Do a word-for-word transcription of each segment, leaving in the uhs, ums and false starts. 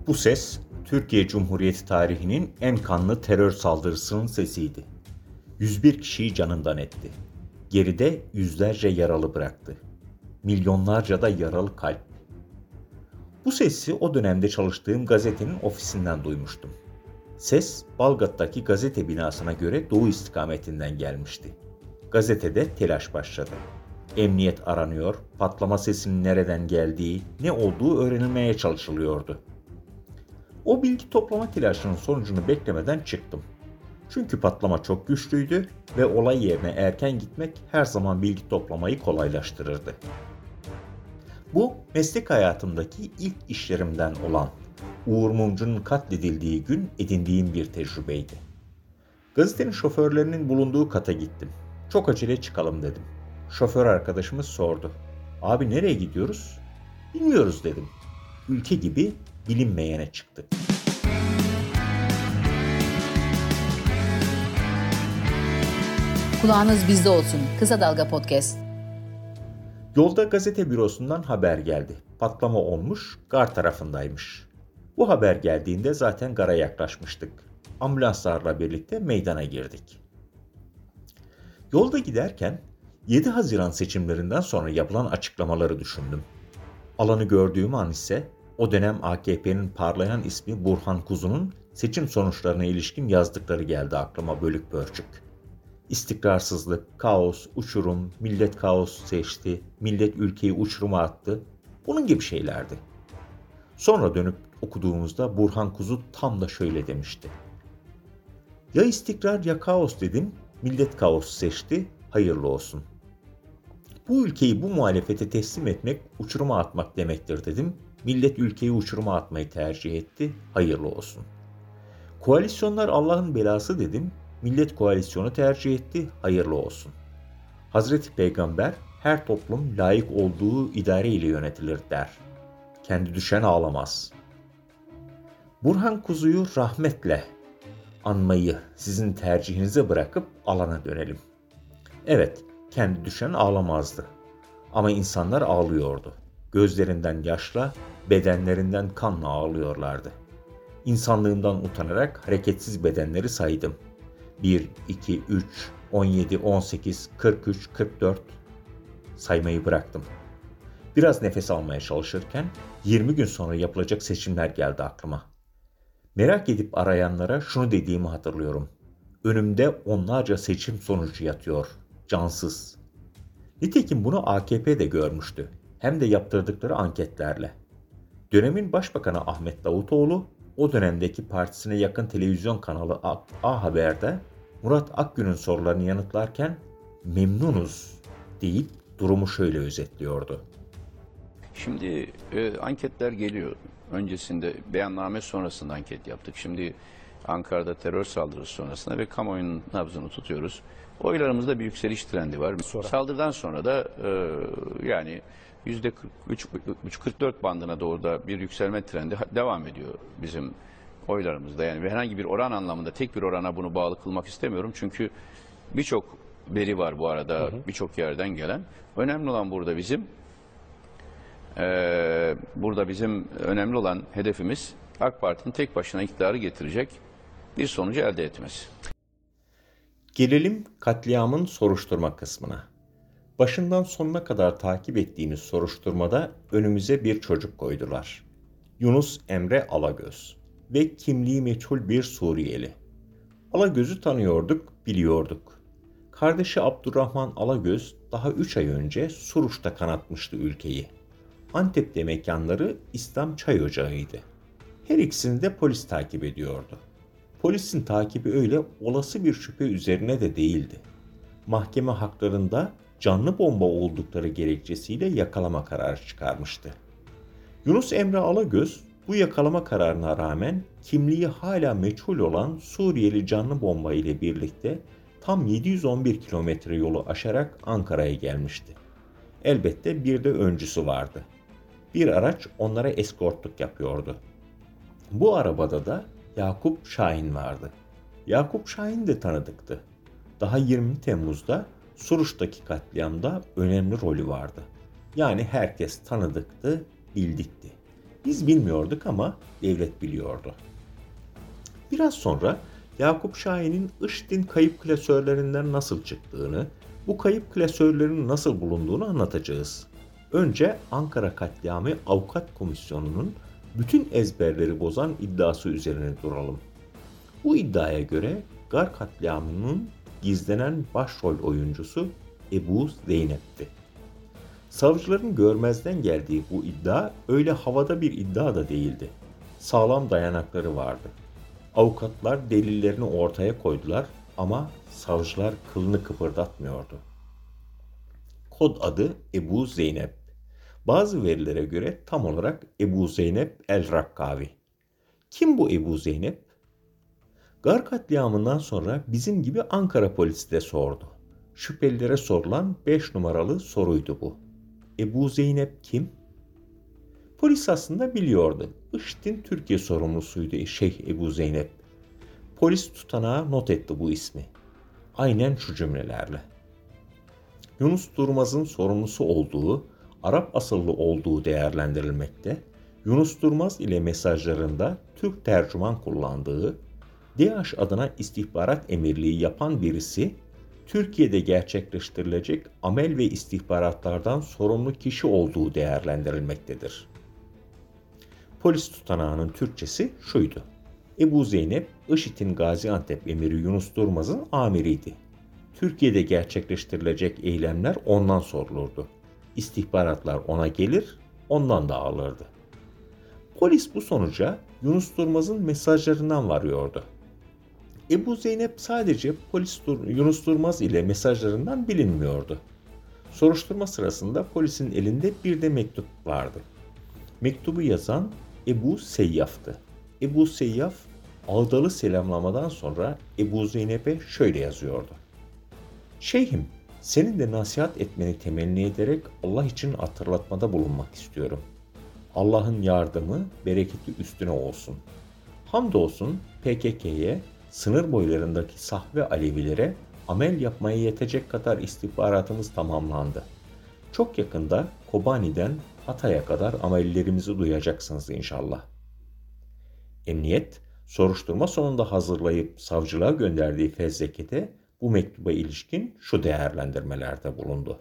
Bu ses, Türkiye Cumhuriyeti tarihinin en kanlı terör saldırısının sesiydi. yüz bir kişiyi canından etti. Geride yüzlerce yaralı bıraktı. Milyonlarca da yaralı kalp. Bu sesi o dönemde çalıştığım gazetenin ofisinden duymuştum. Ses, Balgat'taki gazete binasına göre doğu istikametinden gelmişti. Gazetede telaş başladı. Emniyet aranıyor, patlama sesinin nereden geldiği, ne olduğu öğrenilmeye çalışılıyordu. O bilgi toplama telaşının sonucunu beklemeden çıktım. Çünkü patlama çok güçlüydü ve olay yerine erken gitmek her zaman bilgi toplamayı kolaylaştırırdı. Bu meslek hayatımdaki ilk işlerimden olan Uğur Mumcu'nun katledildiği gün edindiğim bir tecrübeydi. Gazetenin şoförlerinin bulunduğu kata gittim. Çok acele çıkalım dedim. Şoför arkadaşımız sordu. Abi nereye gidiyoruz? Bilmiyoruz dedim. Ülke gibi bilinmeyene çıktık. Kulağınız bizde olsun. Kısa Dalga Podcast. Yolda gazete bürosundan haber geldi. Patlama olmuş, gar tarafındaymış. Bu haber geldiğinde zaten gara yaklaşmıştık. Ambulanslarla birlikte meydana girdik. Yolda giderken yedi Haziran seçimlerinden sonra yapılan açıklamaları düşündüm. Alanı gördüğüm an ise o dönem A K P'nin parlayan ismi Burhan Kuzu'nun seçim sonuçlarına ilişkin yazdıkları geldi aklıma bölük pörçük. İstikrarsızlık, kaos, uçurum, millet kaos seçti, millet ülkeyi uçuruma attı. Bunun gibi şeylerdi. Sonra dönüp okuduğumuzda Burhan Kuzu tam da şöyle demişti. Ya istikrar ya kaos dedim, millet kaos seçti, hayırlı olsun. Bu ülkeyi bu muhalefete teslim etmek, uçuruma atmak demektir dedim. Millet ülkeyi uçuruma atmayı tercih etti, hayırlı olsun. Koalisyonlar Allah'ın belası dedim. Millet koalisyonu tercih etti, hayırlı olsun. Hazreti Peygamber her toplum layık olduğu idare ile yönetilir der. Kendi düşen ağlamaz. Burhan Kuzu'yu rahmetle anmayı sizin tercihinize bırakıp alana dönelim. Evet, kendi düşen ağlamazdı. Ama insanlar ağlıyordu. Gözlerinden yaşla, bedenlerinden kanla ağlıyorlardı. İnsanlığımdan utanarak hareketsiz bedenleri saydım. bir, iki, üç, on yedi, on sekiz, kırk üç, kırk dört saymayı bıraktım. Biraz nefes almaya çalışırken yirmi gün sonra yapılacak seçimler geldi aklıma. Merak edip arayanlara şunu dediğimi hatırlıyorum. Önümde onlarca seçim sonucu yatıyor, cansız. Nitekim bunu A K P de görmüştü. Hem de yaptırdıkları anketlerle. Dönemin Başbakanı Ahmet Davutoğlu, o dönemdeki partisine yakın televizyon kanalı A, A Haber'de Murat Akgün'ün sorularını yanıtlarken memnunuz deyip durumu şöyle özetliyordu. Şimdi e, anketler geliyor. Öncesinde beyanname sonrasında anket yaptık. Şimdi Ankara'da terör saldırısı sonrasında ve kamuoyunun nabzını tutuyoruz. Oylarımızda bir yükseliş trendi var. Sonra. Saldırıdan sonra da e, yani yüzde kırk üç kırk dört bandına doğru da bir yükselme trendi devam ediyor bizim oylarımızda. Yani herhangi bir oran anlamında tek bir orana bunu bağlı kılmak istemiyorum. Çünkü birçok veri var bu arada, birçok yerden gelen. Önemli olan burada bizim Ee, burada bizim önemli olan hedefimiz AK Parti'nin tek başına iktidarı getirecek bir sonucu elde etmesi. Gelelim katliamın soruşturma kısmına. Başından sonuna kadar takip ettiğimiz soruşturmada önümüze bir çocuk koydular. Yunus Emre Alagöz ve kimliği meçhul bir Suriyeli. Alagöz'ü tanıyorduk, biliyorduk. Kardeşi Abdurrahman Alagöz daha üç ay önce Suruç'ta kanatmıştı ülkeyi. Antep'te mekanları İslam Çay Ocağı'ydı. Her ikisini de polis takip ediyordu. Polisin takibi öyle olası bir şüphe üzerine de değildi. Mahkeme haklarında canlı bomba oldukları gerekçesiyle yakalama kararı çıkarmıştı. Yunus Emre Alagöz bu yakalama kararına rağmen kimliği hala meçhul olan Suriyeli canlı bomba ile birlikte tam yedi yüz on bir kilometre yolu aşarak Ankara'ya gelmişti. Elbette bir de öncüsü vardı. Bir araç onlara eskortluk yapıyordu. Bu arabada da Yakup Şahin vardı. Yakup Şahin de tanıdıktı. Daha yirmi Temmuz'da Suruç'taki katliamda önemli rolü vardı. Yani herkes tanıdıktı, bildikti. Biz bilmiyorduk ama devlet biliyordu. Biraz sonra Yakup Şahin'in IŞİD'in kayıp klasörlerinden nasıl çıktığını, bu kayıp klasörlerin nasıl bulunduğunu anlatacağız. Önce Ankara Katliamı Avukat Komisyonu'nun bütün ezberleri bozan iddiası üzerine duralım. Bu iddiaya göre Gar katliamının gizlenen başrol oyuncusu Ebu Zeynep'ti. Savcıların görmezden geldiği bu iddia öyle havada bir iddia da değildi. Sağlam dayanakları vardı. Avukatlar delillerini ortaya koydular ama savcılar kılını kıpırdatmıyordu. Kod adı Ebu Zeynep. Bazı verilere göre tam olarak Ebu Zeynep el-Rakkavi. Kim bu Ebu Zeynep? Gar katliamından sonra bizim gibi Ankara polisi de sordu. Şüphelilere sorulan beş numaralı soruydu bu. Ebu Zeynep kim? Polis aslında biliyordu. IŞİD'in Türkiye sorumlusuydu Şeyh Ebu Zeynep. Polis tutanağı not etti bu ismi. Aynen şu cümlelerle. Yunus Durmaz'ın sorumlusu olduğu, Arap asıllı olduğu değerlendirilmekte, Yunus Durmaz ile mesajlarında Türk tercüman kullandığı, DAEŞ adına istihbarat emirliği yapan birisi, Türkiye'de gerçekleştirilecek amel ve istihbaratlardan sorumlu kişi olduğu değerlendirilmektedir. Polis tutanağının Türkçesi şuydu. Ebu Zeynep, IŞİD'in Gaziantep emiri Yunus Durmaz'ın amiriydi. Türkiye'de gerçekleştirilecek eylemler ondan sorulurdu. İstihbaratlar ona gelir, ondan da alırdı. Polis bu sonuca Yunus Durmaz'ın mesajlarından varıyordu. Ebu Zeynep sadece polis Dur- Yunus Durmaz ile mesajlarından bilinmiyordu. Soruşturma sırasında polisin elinde bir de mektup vardı. Mektubu yazan Ebu Seyyaf'tı. Ebu Seyyaf, ağdalı selamlamadan sonra Ebu Zeynep'e şöyle yazıyordu. Şeyhim, senin de nasihat etmeni temenni ederek Allah için hatırlatmada bulunmak istiyorum. Allah'ın yardımı, bereketi üstüne olsun. Hamdolsun P K K'ye, sınır boylarındaki sahve Alevilere amel yapmaya yetecek kadar istihbaratımız tamamlandı. Çok yakında Kobani'den Hatay'a kadar amellerimizi duyacaksınız inşallah. Emniyet, soruşturma sonunda hazırlayıp savcılığa gönderdiği fezlekete bu mektuba ilişkin şu değerlendirmelerde bulundu.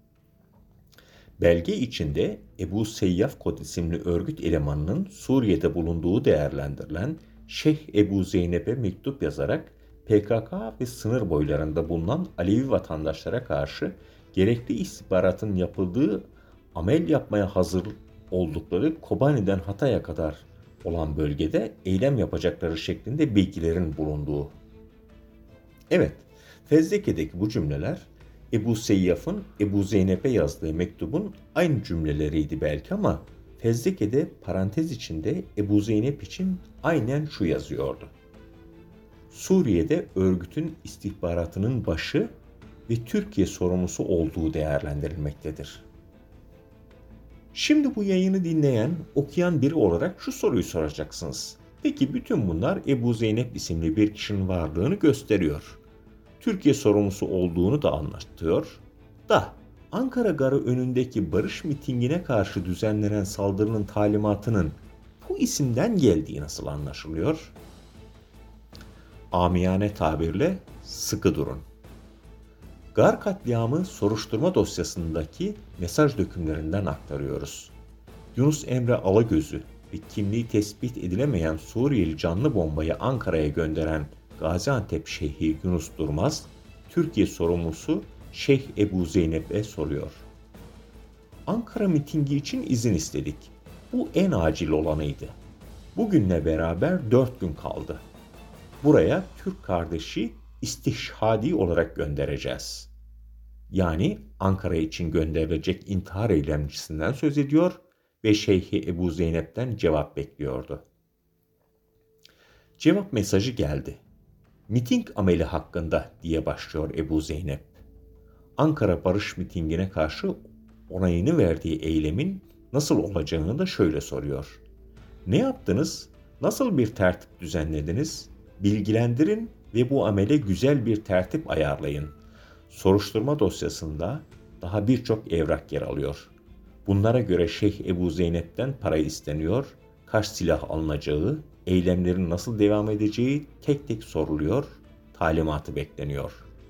Belge içinde Ebu Seyyaf Kod isimli örgüt elemanının Suriye'de bulunduğu değerlendirilen Şeyh Ebu Zeynep'e mektup yazarak P K K ve sınır boylarında bulunan Alevi vatandaşlara karşı gerekli istihbaratın yapıldığı, amel yapmaya hazır oldukları Kobani'den Hatay'a kadar olan bölgede eylem yapacakları şeklinde bilgilerin bulunduğu. Evet, fezlekedeki bu cümleler Ebu Seyyaf'ın Ebu Zeynep'e yazdığı mektubun aynı cümleleriydi belki ama fezlekede parantez içinde Ebu Zeynep için aynen şu yazıyordu. Suriye'de örgütün istihbaratının başı ve Türkiye sorumlusu olduğu değerlendirilmektedir. Şimdi bu yayını dinleyen, okuyan biri olarak şu soruyu soracaksınız. Peki bütün bunlar Ebu Zeynep isimli bir kişinin varlığını gösteriyor. Türkiye sorumlusu olduğunu da anlatıyor. Da Ankara Garı önündeki barış mitingine karşı düzenlenen saldırının talimatının bu isimden geldiği nasıl anlaşılıyor? Amiyane tabirle sıkı durun. Gar katliamı soruşturma dosyasındaki mesaj dökümlerinden aktarıyoruz. Yunus Emre Alagöz'ü ve kimliği tespit edilemeyen Suriyeli canlı bombayı Ankara'ya gönderen Gaziantep Şeyhi Yunus Durmaz, Türkiye sorumlusu Şeyh Ebu Zeynep'e soruyor. Ankara mitingi için izin istedik. Bu en acil olanıydı. Bugünle beraber dört gün kaldı. Buraya Türk kardeşi istişhadi olarak göndereceğiz. Yani Ankara için gönderilecek intihar eylemcisinden söz ediyor ve Şeyhi Ebu Zeynep'ten cevap bekliyordu. Cevap mesajı geldi. Miting ameli hakkında diye başlıyor Ebu Zeynep. Ankara barış mitingine karşı onayını verdiği eylemin nasıl olacağını da şöyle soruyor. Ne yaptınız? Nasıl bir tertip düzenlediniz? Bilgilendirin ve bu amele güzel bir tertip ayarlayın. Soruşturma dosyasında daha birçok evrak yer alıyor. Bunlara göre Şeyh Ebu Zeynep'ten para isteniyor kaç silah alınacağı, eylemlerin nasıl devam edeceği tek tek soruluyor, talimatı bekleniyor.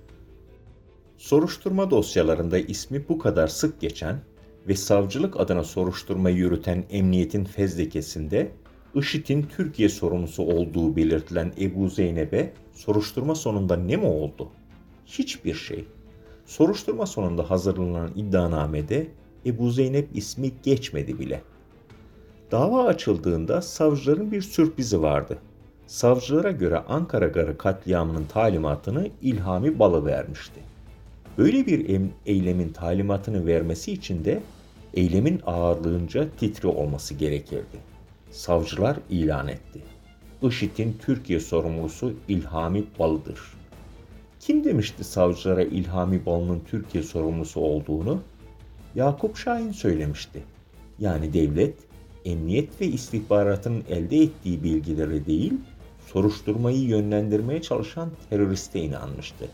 Soruşturma dosyalarında ismi bu kadar sık geçen ve savcılık adına soruşturmayı yürüten emniyetin fezlekesinde IŞİD'in Türkiye sorumlusu olduğu belirtilen Ebu Zeynep'e soruşturma sonunda ne mi oldu? Hiçbir şey. Soruşturma sonunda hazırlanan iddianamede Ebu Zeynep ismi geçmedi bile. Dava açıldığında savcıların bir sürprizi vardı. Savcılara göre Ankara Garı katliamının talimatını İlhami Balı vermişti. Böyle bir eylemin talimatını vermesi için de eylemin ağırlığınca titri olması gerekirdi. Savcılar ilan etti. IŞİD'in Türkiye sorumlusu İlhami Balı'dır. Kim demişti savcılara İlhami Balı'nın Türkiye sorumlusu olduğunu? Yakup Şahin söylemişti. Yani devlet, emniyet ve istihbaratın elde ettiği bilgileri değil, soruşturmayı yönlendirmeye çalışan teröriste inanmıştı.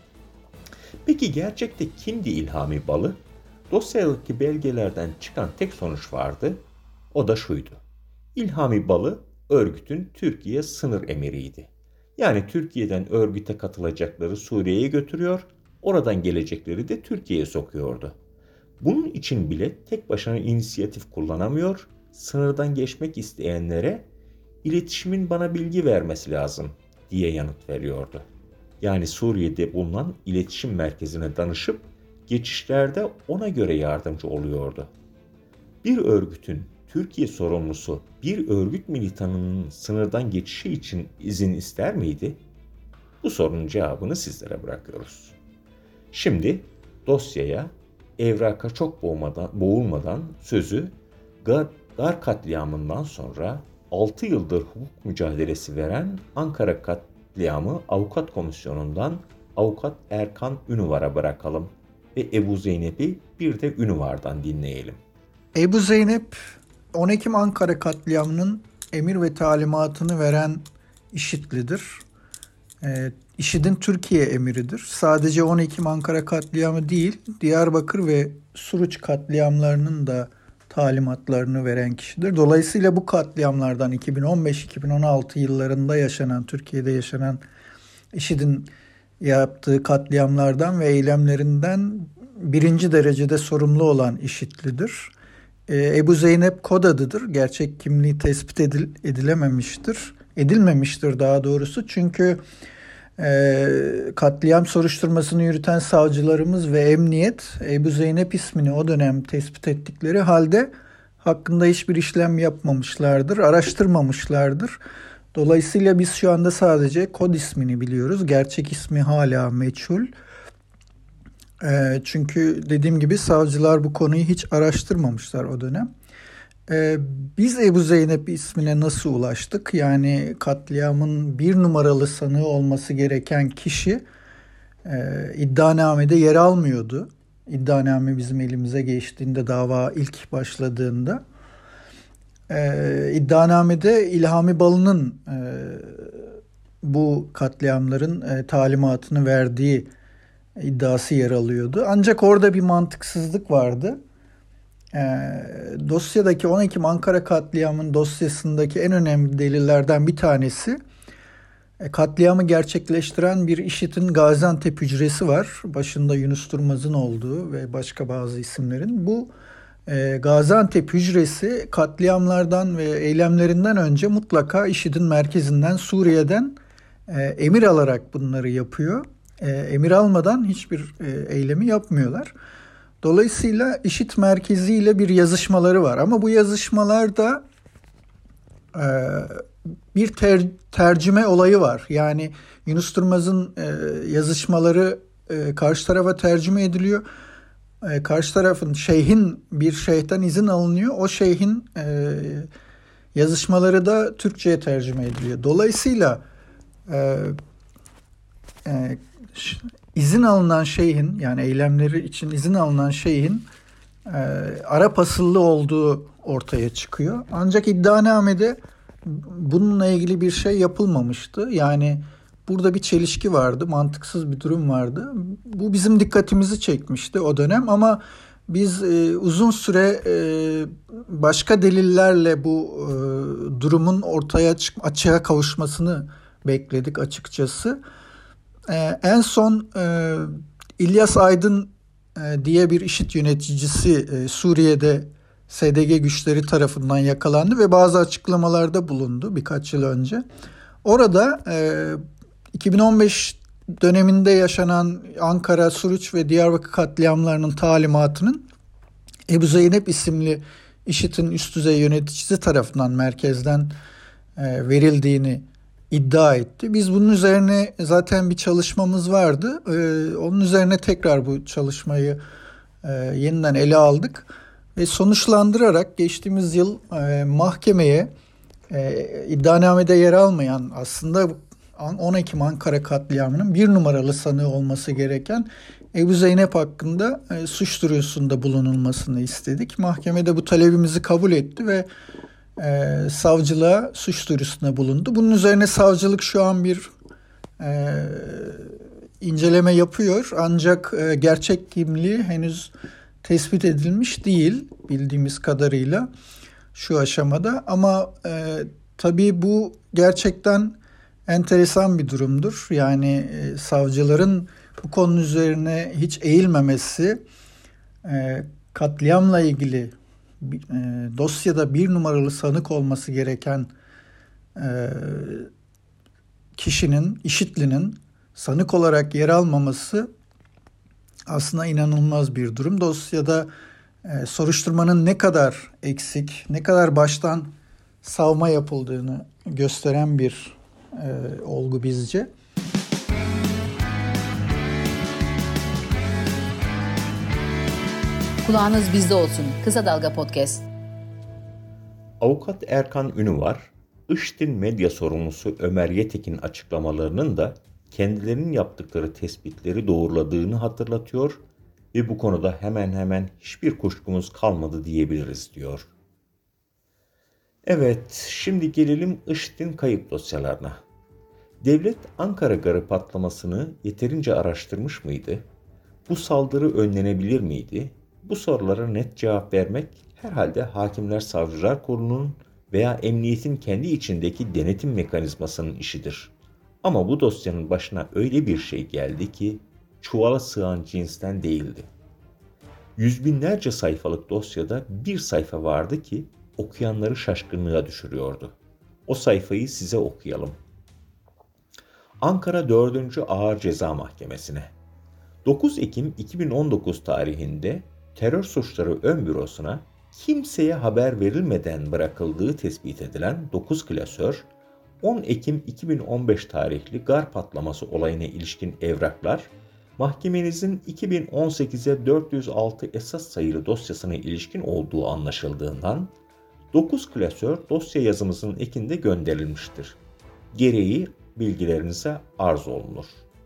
Peki gerçekte kimdi İlhami Balı? Dosyadaki belgelerden çıkan tek sonuç vardı. O da şuydu. İlhami Balı örgütün Türkiye sınır emiriydi. Yani Türkiye'den örgüte katılacakları Suriye'ye götürüyor, oradan gelecekleri de Türkiye'ye sokuyordu. Bunun için bile tek başına inisiyatif kullanamıyor, sınırdan geçmek isteyenlere iletişimin bana bilgi vermesi lazım diye yanıt veriyordu. Yani Suriye'de bulunan iletişim merkezine danışıp geçişlerde ona göre yardımcı oluyordu. Bir örgütün Türkiye sorumlusu bir örgüt militanının sınırdan geçişi için izin ister miydi? Bu sorunun cevabını sizlere bırakıyoruz. Şimdi dosyaya, evraka çok boğmadan, boğulmadan sözü Gar, Gar katliamından sonra altı yıldır hukuk mücadelesi veren Ankara katliamı Avukat Komisyonu'ndan Avukat Erkan Ünüvar'a bırakalım ve Ebu Zeynep'i bir de Ünüvar'dan dinleyelim. Ebu Zeynep on Ekim Ankara katliamının emir ve talimatını veren IŞİD'lidir. E, IŞİD'in Türkiye emiridir. Sadece on Ekim Ankara katliamı değil, Diyarbakır ve Suruç katliamlarının da talimatlarını veren kişidir. Dolayısıyla bu katliamlardan iki bin on beş iki bin on altı yıllarında yaşanan, Türkiye'de yaşanan IŞİD'in yaptığı katliamlardan ve eylemlerinden birinci derecede sorumlu olan IŞİD'lidir. Ee, Ebu Zeynep kod adıdır. Gerçek kimliği tespit edil, edilememiştir. Edilmemiştir daha doğrusu. Çünkü e, katliam soruşturmasını yürüten savcılarımız ve emniyet Ebu Zeynep ismini o dönem tespit ettikleri halde hakkında hiçbir işlem yapmamışlardır, araştırmamışlardır. Dolayısıyla biz şu anda sadece kod ismini biliyoruz. Gerçek ismi hala meçhul. E, çünkü dediğim gibi savcılar bu konuyu hiç araştırmamışlar o dönem. E, biz Ebu Zeynep ismine nasıl ulaştık? Yani katliamın bir numaralı sanığı olması gereken kişi e, iddianamede yer almıyordu. İddianame bizim elimize geçtiğinde, dava ilk başladığında. E, iddianamede İlhami Balı'nın e, bu katliamların e, talimatını verdiği iddiası yer alıyordu. Ancak orada bir mantıksızlık vardı. E, dosyadaki on Ekim Ankara katliamının dosyasındaki en önemli delillerden bir tanesi e, katliamı gerçekleştiren bir IŞİD'in Gaziantep hücresi var. Başında Yunus Durmaz'ın olduğu ve başka bazı isimlerin. Bu e, Gaziantep hücresi katliamlardan ve eylemlerinden önce mutlaka IŞİD'in merkezinden, Suriye'den e, emir alarak bunları yapıyor. E, emir almadan hiçbir e, eylemi yapmıyorlar. Dolayısıyla IŞİD merkeziyle bir yazışmaları var. Ama bu yazışmalarda e, bir ter, tercüme olayı var. Yani Yunus Durmaz'ın e, yazışmaları e, karşı tarafa tercüme ediliyor. E, karşı tarafın, şeyhin, bir şeyhten izin alınıyor. O şeyhin e, yazışmaları da Türkçe'ye tercüme ediliyor. Dolayısıyla e, e, izin alınan şeyhin, yani eylemleri için izin alınan şeyhin e, Arap asıllı olduğu ortaya çıkıyor. Ancak iddianamede bununla ilgili bir şey yapılmamıştı. Yani burada bir çelişki vardı, mantıksız bir durum vardı. Bu bizim dikkatimizi çekmişti o dönem ama Biz e, uzun süre e, başka delillerle bu e, durumun ortaya çık açığa kavuşmasını bekledik açıkçası. E, en son e, İlyas Aydın e, diye bir IŞİD yöneticisi e, Suriye'de S D G güçleri tarafından yakalandı ve bazı açıklamalarda bulundu birkaç yıl önce. Orada e, iki bin on beş döneminde yaşanan Ankara, Suruç ve Diyarbakır katliamlarının talimatının Ebu Zeynep isimli IŞİD'in üst düzey yöneticisi tarafından merkezden e, verildiğini iddia etti. Biz bunun üzerine zaten bir çalışmamız vardı. E, onun üzerine tekrar bu çalışmayı e, yeniden ele aldık ve sonuçlandırarak geçtiğimiz yıl e, mahkemeye e, iddianamede yer almayan, aslında on Ekim Ankara katliamının bir numaralı sanığı olması gereken Ebu Zeynep hakkında e, suç duyurusunda bulunulmasını istedik. Mahkeme de bu talebimizi kabul etti ve e, savcılığa suç duyurusunda bulundu. Bunun üzerine savcılık şu an bir e, inceleme yapıyor. Ancak e, gerçek kimliği henüz tespit edilmiş değil bildiğimiz kadarıyla şu aşamada. Ama e, tabii bu gerçekten enteresan bir durumdur. Yani e, savcıların bu konu üzerine hiç eğilmemesi, e, katliamla ilgili e, dosyada bir numaralı sanık olması gereken e, kişinin, IŞİD'linin sanık olarak yer almaması aslında inanılmaz bir durum. Dosyada e, soruşturmanın ne kadar eksik, ne kadar baştan savma yapıldığını gösteren bir e, olgu bizce. Kulağınız bizde olsun. Kısa Dalga Podcast. Avukat Erkan Ünüvar, IŞİD'in medya sorumlusu Ömer Yetek'in açıklamalarının da kendilerinin yaptıkları tespitleri doğruladığını hatırlatıyor ve bu konuda hemen hemen hiçbir kuşkumuz kalmadı diyebiliriz diyor. Evet, şimdi gelelim IŞİD'in kayıp dosyalarına. Devlet Ankara Garı patlamasını yeterince araştırmış mıydı? Bu saldırı önlenebilir miydi? Bu sorulara net cevap vermek herhalde Hakimler Savcılar Kurulu'nun veya emniyetin kendi içindeki denetim mekanizmasının işidir. Ama bu dosyanın başına öyle bir şey geldi ki çuvala sığan cinsten değildi. Yüz binlerce sayfalık dosyada bir sayfa vardı ki okuyanları şaşkınlığa düşürüyordu. O sayfayı size okuyalım. Ankara dördüncü Ağır Ceza Mahkemesi'ne. dokuz Ekim iki bin on dokuz tarihinde Terör Suçları Ön Bürosu'na kimseye haber verilmeden bırakıldığı tespit edilen dokuz klasör, on Ekim iki bin on beş tarihli Gar patlaması olayına ilişkin evraklar, mahkemenizin iki bin on sekize dört yüz altı esas sayılı dosyasına ilişkin olduğu anlaşıldığından dokuz klasör dosya yazımızın ekinde gönderilmiştir. Gereği bilgilerinize arz olunur.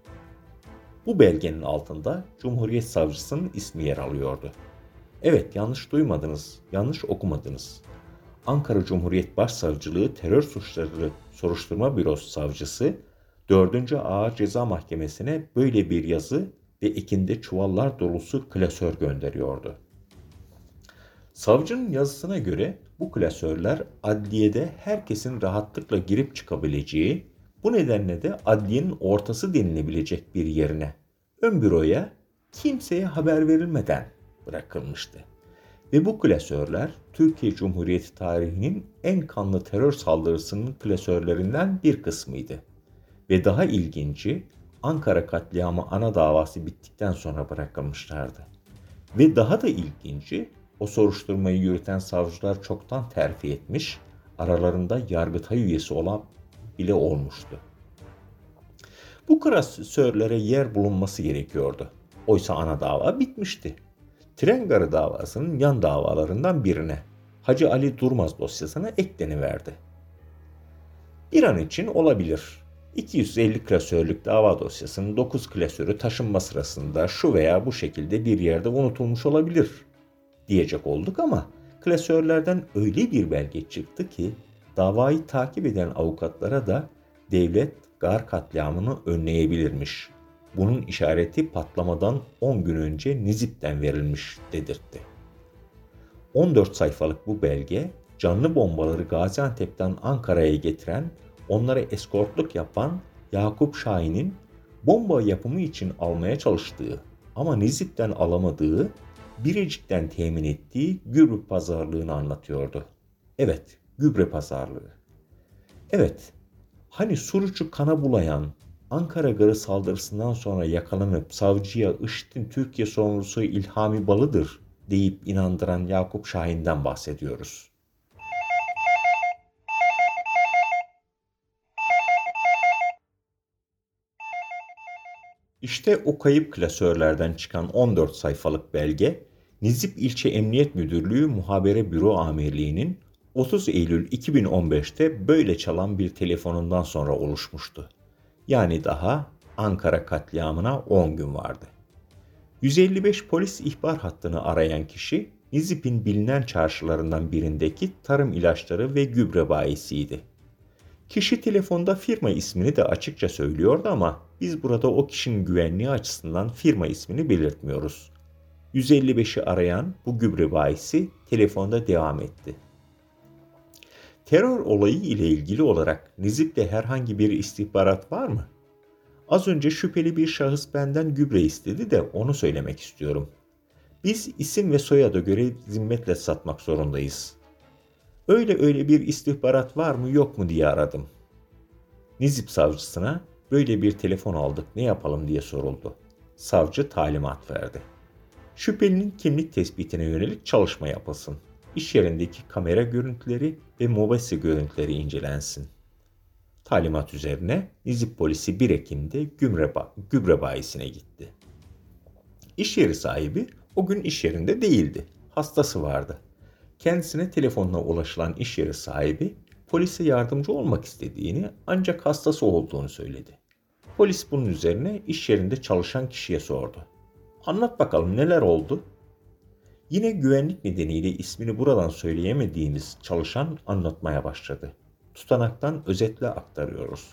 Bu belgenin altında Cumhuriyet Savcısının ismi yer alıyordu. Evet, yanlış duymadınız, yanlış okumadınız. Ankara Cumhuriyet Başsavcılığı Terör Suçları Soruşturma Bürosu Savcısı dördüncü Ağır Ceza Mahkemesi'ne böyle bir yazı ve ekinde çuvallar dolusu klasör gönderiyordu. Savcının yazısına göre bu klasörler adliyede herkesin rahatlıkla girip çıkabileceği, bu nedenle de adliyenin ortası denilebilecek bir yerine, ön büroya kimseye haber verilmeden bırakılmıştı. Ve bu klasörler Türkiye Cumhuriyeti tarihinin en kanlı terör saldırısının klasörlerinden bir kısmıydı. Ve daha ilginci, Ankara katliamı ana davası bittikten sonra bırakılmışlardı. Ve daha da ilginci, o soruşturmayı yürüten savcılar çoktan terfi etmiş, aralarında Yargıtay üyesi olan bile olmuştu. Bu klasörlere yer bulunması gerekiyordu. Oysa ana dava bitmişti. Tren Garı davasının yan davalarından birine, Hacı Ali Durmaz dosyasına ekleniverdi. Bir an için olabilir. iki yüz elli klasörlük dava dosyasının dokuz klasörü taşınma sırasında şu veya bu şekilde bir yerde unutulmuş olabilir diyecek olduk ama klasörlerden öyle bir belge çıktı ki davayı takip eden avukatlara da devlet Gar katliamını önleyebilirmiş. Bunun işareti patlamadan on gün önce Nizip'ten verilmiş dedirtti. on dört sayfalık bu belge, canlı bombaları Gaziantep'ten Ankara'ya getiren, onlara eskortluk yapan Yakup Şahin'in bomba yapımı için almaya çalıştığı ama Nizip'ten alamadığı, Birecik'ten temin ettiği gübre pazarlığını anlatıyordu. Evet, gübre pazarlığı. Evet, hani Suruç'u kana bulayan, Ankara Garı saldırısından sonra yakalanıp savcıya IŞİD'in Türkiye sorumlusu İlhami Balı'dır deyip inandıran Yakup Şahin'den bahsediyoruz. İşte o kayıp klasörlerden çıkan on dört sayfalık belge, Nizip İlçe Emniyet Müdürlüğü Muhabere Büro Amirliği'nin otuz Eylül iki bin on beşte böyle çalan bir telefonundan sonra oluşmuştu. Yani daha Ankara katliamına on gün vardı. yüz elli beş polis ihbar hattını arayan kişi, Nizip'in bilinen çarşılarından birindeki tarım ilaçları ve gübre bayisiydi. Kişi telefonda firma ismini de açıkça söylüyordu ama biz burada o kişinin güvenliği açısından firma ismini belirtmiyoruz. yüz elli beşi arayan bu gübre bayisi telefonda devam etti. Terör olayı ile ilgili olarak Nizip'te herhangi bir istihbarat var mı? Az önce şüpheli bir şahıs benden gübre istedi de onu söylemek istiyorum. Biz isim ve soyada göre zimmetle satmak zorundayız. Öyle öyle bir istihbarat var mı yok mu diye aradım. Nizip savcısına böyle bir telefon aldık ne yapalım diye soruldu. Savcı talimat verdi. Şüphelinin kimlik tespitine yönelik çalışma yapılsın. İş yerindeki kamera görüntüleri ve mobese görüntüleri incelensin. Talimat üzerine Nizip polisi bir Ekim'de gübre, gübre bayisine gitti. İş yeri sahibi o gün iş yerinde değildi. Hastası vardı. Kendisine telefonla ulaşılan iş yeri sahibi polise yardımcı olmak istediğini ancak hastası olduğunu söyledi. Polis bunun üzerine iş yerinde çalışan kişiye sordu. Anlat bakalım neler oldu? Yine güvenlik nedeniyle ismini buradan söyleyemediğimiz çalışan anlatmaya başladı. Tutanaktan özetle aktarıyoruz.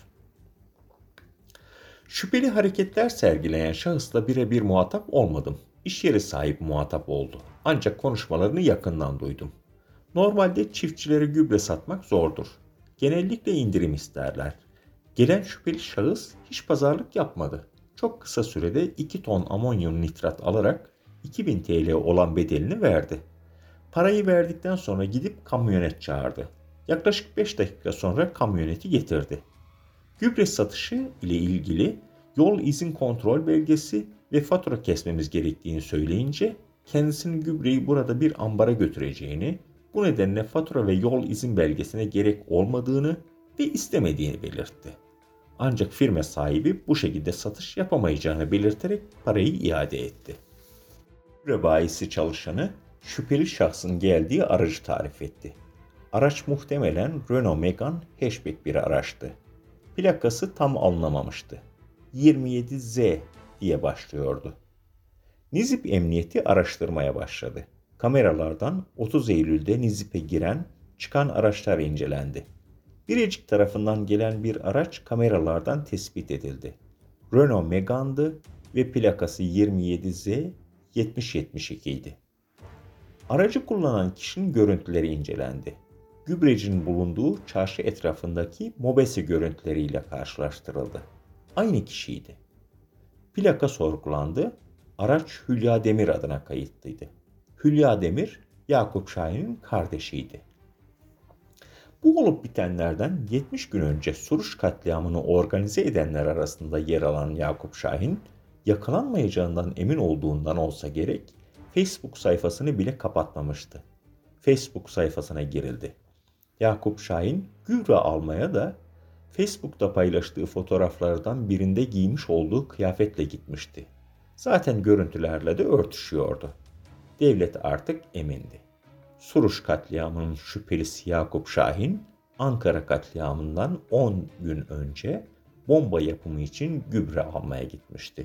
Şüpheli hareketler sergileyen şahısla birebir muhatap olmadım. İş yeri sahibi muhatap oldu. Ancak konuşmalarını yakından duydum. Normalde çiftçilere gübre satmak zordur. Genellikle indirim isterler. Gelen şüpheli şahıs hiç pazarlık yapmadı. Çok kısa sürede iki ton amonyum nitrat alarak iki bin TL olan bedelini verdi. Parayı verdikten sonra gidip kamyonet çağırdı. Yaklaşık beş dakika sonra kamyoneti getirdi. Gübre satışı ile ilgili yol izin kontrol belgesi ve fatura kesmemiz gerektiğini söyleyince kendisinin gübreyi burada bir ambara götüreceğini, bu nedenle fatura ve yol izin belgesine gerek olmadığını ve istemediğini belirtti. Ancak firma sahibi bu şekilde satış yapamayacağını belirterek parayı iade etti. Gübre bayisi çalışanı şüpheli şahsın geldiği aracı tarif etti. Araç muhtemelen Renault Megane hatchback bir araçtı. Plakası tam alınamamıştı. yirmi yedi Z diye başlıyordu. Nizip Emniyeti araştırmaya başladı. Kameralardan otuz Eylül'de Nizip'e giren, çıkan araçlar incelendi. Birecik tarafından gelen bir araç kameralardan tespit edildi. Renault Megane'dı ve plakası yirmi yedi Z yetmiş yetmiş iki idi. Aracı kullanan kişinin görüntüleri incelendi. Gübrecinin bulunduğu çarşı etrafındaki mobese görüntüleriyle karşılaştırıldı. Aynı kişiydi. Plaka sorgulandı. Araç Hülya Demir adına kayıtlıydı. Hülya Demir, Yakup Şahin'in kardeşiydi. Bu olup bitenlerden yetmiş gün önce Suruç katliamını organize edenler arasında yer alan Yakup Şahin, yakalanmayacağından emin olduğundan olsa gerek, Facebook sayfasını bile kapatmamıştı. Facebook sayfasına girildi. Yakup Şahin gübre almaya da Facebook'ta paylaştığı fotoğraflardan birinde giymiş olduğu kıyafetle gitmişti. Zaten görüntülerle de örtüşüyordu. Devlet artık emindi. Suruç katliamının şüphelisi Yakup Şahin, Ankara katliamından on gün önce bomba yapımı için gübre almaya gitmişti.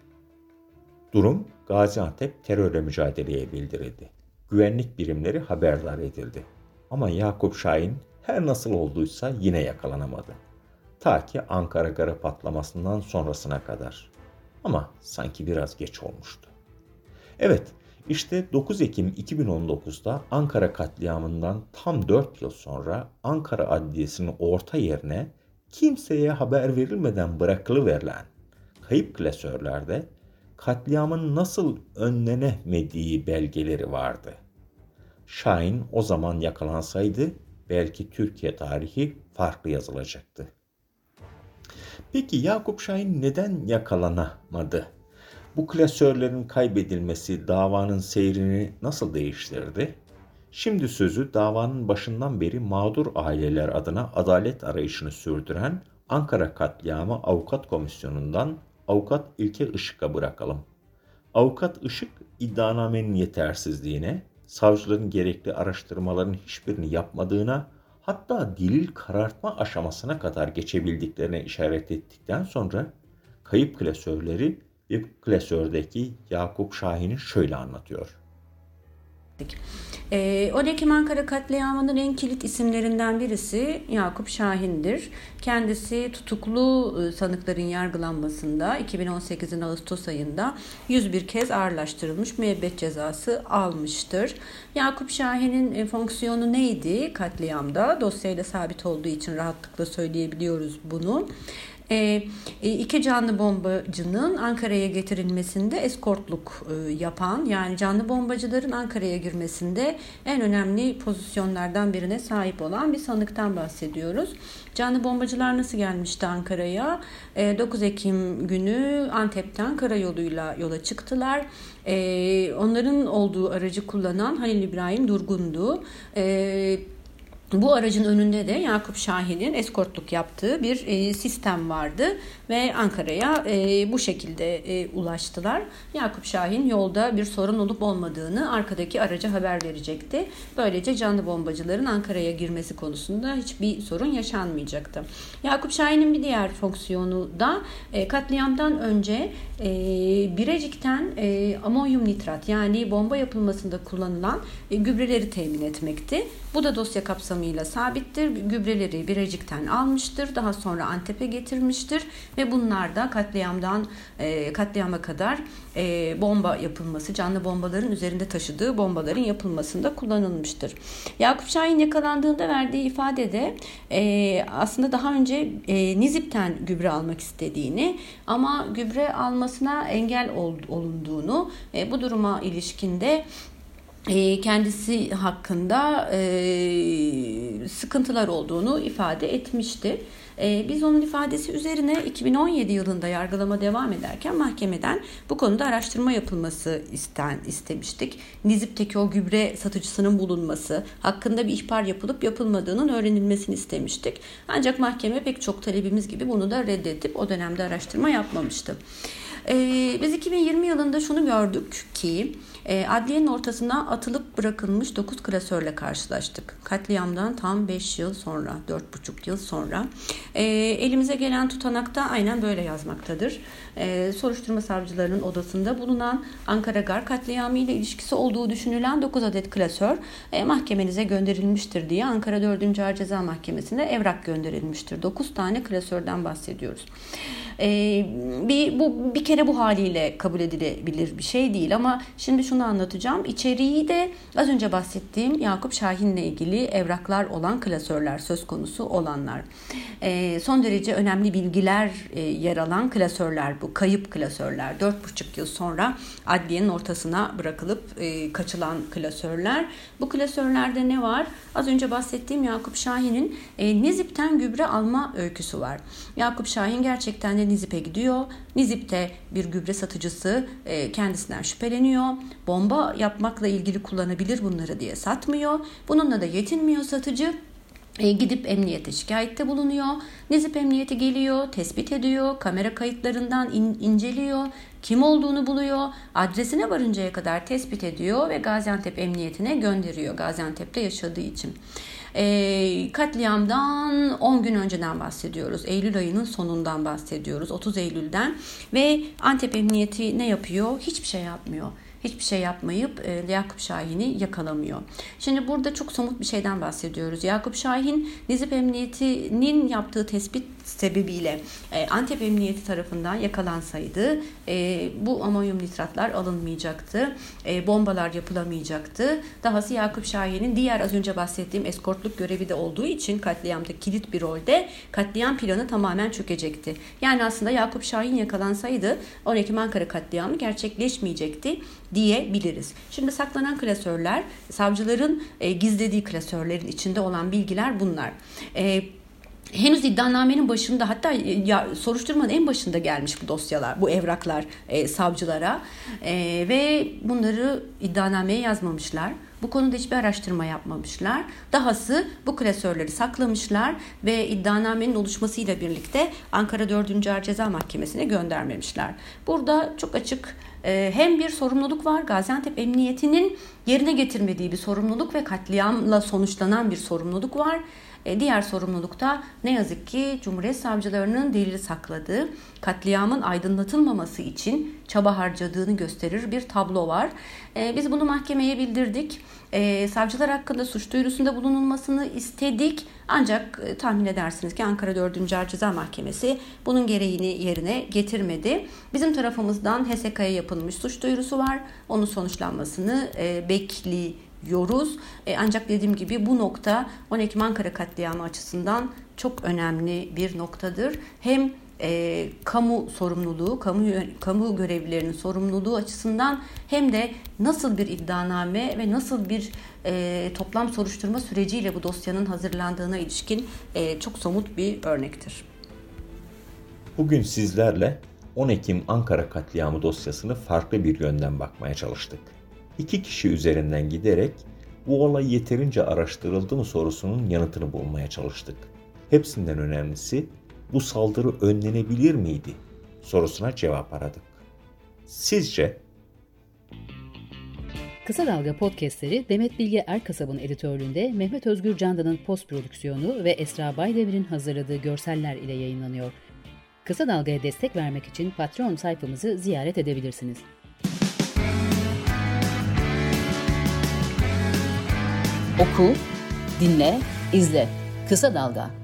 Durum Gaziantep terörle mücadeleye bildirildi. Güvenlik birimleri haberdar edildi. Ama Yakup Şahin her nasıl olduysa yine yakalanamadı. Ta ki Ankara Garı patlamasından sonrasına kadar. Ama sanki biraz geç olmuştu. Evet, işte dokuz Ekim iki bin on dokuzda Ankara katliamından tam dört yıl sonra Ankara Adliyesi'nin orta yerine kimseye haber verilmeden bırakılıverilen kayıp klasörlerde katliamın nasıl önlenemediği belgeleri vardı. Şahin o zaman yakalansaydı belki Türkiye tarihi farklı yazılacaktı. Peki Yakup Şahin neden yakalanamadı? Bu klasörlerin kaybedilmesi davanın seyrini nasıl değiştirdi? Şimdi sözü davanın başından beri mağdur aileler adına adalet arayışını sürdüren Ankara Katliamı Avukat Komisyonu'ndan Avukat İlker Işık'a bırakalım. Avukat Işık iddianamenin yetersizliğine, savcıların gerekli araştırmaların hiçbirini yapmadığına, hatta delil karartma aşamasına kadar geçebildiklerine işaret ettikten sonra kayıp klasörleri ve klasördeki Yakup Şahin'i şöyle anlatıyor. on Ekim Ankara katliamının en kilit isimlerinden birisi Yakup Şahin'dir. Kendisi tutuklu sanıkların yargılanmasında iki bin on sekizin Ağustos ayında yüz bir kez ağırlaştırılmış müebbet cezası almıştır. Yakup Şahin'in fonksiyonu neydi katliamda? Dosyayla sabit olduğu için rahatlıkla söyleyebiliyoruz bunu. E, iki canlı bombacının Ankara'ya getirilmesinde eskortluk e, yapan, yani canlı bombacıların Ankara'ya girmesinde en önemli pozisyonlardan birine sahip olan bir sanıktan bahsediyoruz. Canlı bombacılar nasıl gelmişti Ankara'ya? E, dokuz Ekim günü Antep'ten karayoluyla yola çıktılar. E, onların olduğu aracı kullanan Halil İbrahim Durgun'du. E, Bu aracın önünde de Yakup Şahin'in eskortluk yaptığı bir e, sistem vardı ve Ankara'ya e, bu şekilde e, ulaştılar. Yakup Şahin yolda bir sorun olup olmadığını arkadaki araca haber verecekti. Böylece canlı bombacıların Ankara'ya girmesi konusunda hiçbir sorun yaşanmayacaktı. Yakup Şahin'in bir diğer fonksiyonu da e, katliamdan önce e, Birecik'ten e, amonyum nitrat, yani bomba yapılmasında kullanılan e, gübreleri temin etmekti. Bu da dosya kapsamıyla sabittir. Gübreleri Birecik'ten almıştır. Daha sonra Antep'e getirmiştir. Ve bunlar da katliamdan e, katliama kadar e, bomba yapılması, canlı bombaların üzerinde taşıdığı bombaların yapılmasında kullanılmıştır. Yakup Şahin yakalandığında verdiği ifadede e, aslında daha önce e, Nizip'ten gübre almak istediğini ama gübre almasına engel ol, olunduğunu, e, bu duruma ilişkinde kendisi hakkında sıkıntılar olduğunu ifade etmişti. Biz onun ifadesi üzerine iki bin on yedi yılında yargılama devam ederken mahkemeden bu konuda araştırma yapılması isten, istemiştik. Nizip'teki o gübre satıcısının bulunması, hakkında bir ihbar yapılıp yapılmadığının öğrenilmesini istemiştik. Ancak mahkeme pek çok talebimiz gibi bunu da reddedip o dönemde araştırma yapmamıştı. Biz iki bin yirmi yılında şunu gördük ki adliyenin ortasına atılıp bırakılmış dokuz klasörle karşılaştık. Katliamdan tam beş yıl sonra, dört buçuk yıl sonra. E, elimize gelen tutanakta aynen böyle yazmaktadır. E, soruşturma savcılarının odasında bulunan Ankara Gar katliamı ile ilişkisi olduğu düşünülen dokuz adet klasör e, mahkemenize gönderilmiştir diye Ankara dördüncü Ağır Ceza Mahkemesi'ne evrak gönderilmiştir. dokuz tane klasörden bahsediyoruz. Ee, bir, bu bir kere bu haliyle kabul edilebilir bir şey değil ama şimdi şunu anlatacağım. İçeriği de az önce bahsettiğim Yakup Şahin'le ilgili evraklar olan klasörler, söz konusu olanlar. Ee, son derece önemli bilgiler e, yer alan klasörler bu. Kayıp klasörler. Dört buçuk yıl sonra adliyenin ortasına bırakılıp e, kaçılan klasörler. Bu klasörlerde ne var? Az önce bahsettiğim Yakup Şahin'in e, Nizip'ten gübre alma öyküsü var. Yakup Şahin gerçekten de Nizip'e gidiyor. Nizip'te bir gübre satıcısı e, kendisinden şüpheleniyor. Bomba yapmakla ilgili kullanabilir bunları diye satmıyor. Bununla da yetinmiyor satıcı. E, gidip emniyete şikayette bulunuyor. Nizip emniyeti geliyor, tespit ediyor, kamera kayıtlarından in, inceliyor, kim olduğunu buluyor, adresine varıncaya kadar tespit ediyor ve Gaziantep Emniyetine gönderiyor, Gaziantep'te yaşadığı için. E, katliamdan on gün önceden bahsediyoruz. Eylül ayının sonundan bahsediyoruz. otuz Eylül'den ve Antep Emniyeti ne yapıyor? Hiçbir şey yapmıyor. Hiçbir şey yapmayıp e, Yakup Şahin'i yakalamıyor. Şimdi burada çok somut bir şeyden bahsediyoruz. Yakup Şahin, Nizip Emniyeti'nin yaptığı tespit sebebiyle e, Antep Emniyeti tarafından yakalansaydı e, bu amonyum nitratlar alınmayacaktı. E, bombalar yapılamayacaktı. Dahası Yakup Şahin'in diğer az önce bahsettiğim eskortluk görevi de olduğu için katliamda kilit bir rolde, katliam planı tamamen çökecekti. Yani aslında Yakup Şahin yakalansaydı on Ekim Ankara katliamı gerçekleşmeyecekti diyebiliriz. Şimdi saklanan klasörler, savcıların e, gizlediği klasörlerin içinde olan bilgiler bunlar. E, Henüz iddianamenin başında, hatta ya, soruşturmanın en başında gelmiş bu dosyalar, bu evraklar e, savcılara e, ve bunları iddianameye yazmamışlar. Bu konuda hiçbir araştırma yapmamışlar. Dahası bu klasörleri saklamışlar ve iddianamenin oluşmasıyla birlikte Ankara dördüncü Ağır Ceza Mahkemesi'ne göndermemişler. Burada çok açık e, hem bir sorumluluk var, Gaziantep Emniyeti'nin yerine getirmediği bir sorumluluk ve katliamla sonuçlanan bir sorumluluk var. Diğer sorumlulukta ne yazık ki Cumhuriyet savcılarının delil sakladığı, katliamın aydınlatılmaması için çaba harcadığını gösterir bir tablo var. Biz bunu mahkemeye bildirdik. Savcılar hakkında suç duyurusunda bulunulmasını istedik. Ancak tahmin edersiniz ki Ankara dördüncü Ağır Ceza Mahkemesi bunun gereğini yerine getirmedi. Bizim tarafımızdan H S K'ya yapılmış suç duyurusu var. Onun sonuçlanmasını bekliyoruz. Yoruz. E, ancak dediğim gibi bu nokta on Ekim Ankara katliamı açısından çok önemli bir noktadır. Hem e, kamu sorumluluğu, kamu kamu görevlilerinin sorumluluğu açısından hem de nasıl bir iddianame ve nasıl bir e, toplam soruşturma süreciyle bu dosyanın hazırlandığına ilişkin e, çok somut bir örnektir. Bugün sizlerle on Ekim Ankara katliamı dosyasını farklı bir yönden bakmaya çalıştık. İki kişi üzerinden giderek bu olay yeterince araştırıldı mı sorusunun yanıtını bulmaya çalıştık. Hepsinden önemlisi bu saldırı önlenebilir miydi sorusuna cevap aradık. Sizce? Kısa Dalga podcastleri Demet Bilge Erkasab'ın editörlüğünde Mehmet Özgür Candan'ın post prodüksiyonu ve Esra Baydemir'in hazırladığı görseller ile yayınlanıyor. Kısa Dalga'ya destek vermek için Patreon sayfamızı ziyaret edebilirsiniz. Oku, dinle, izle. Kısa Dalga.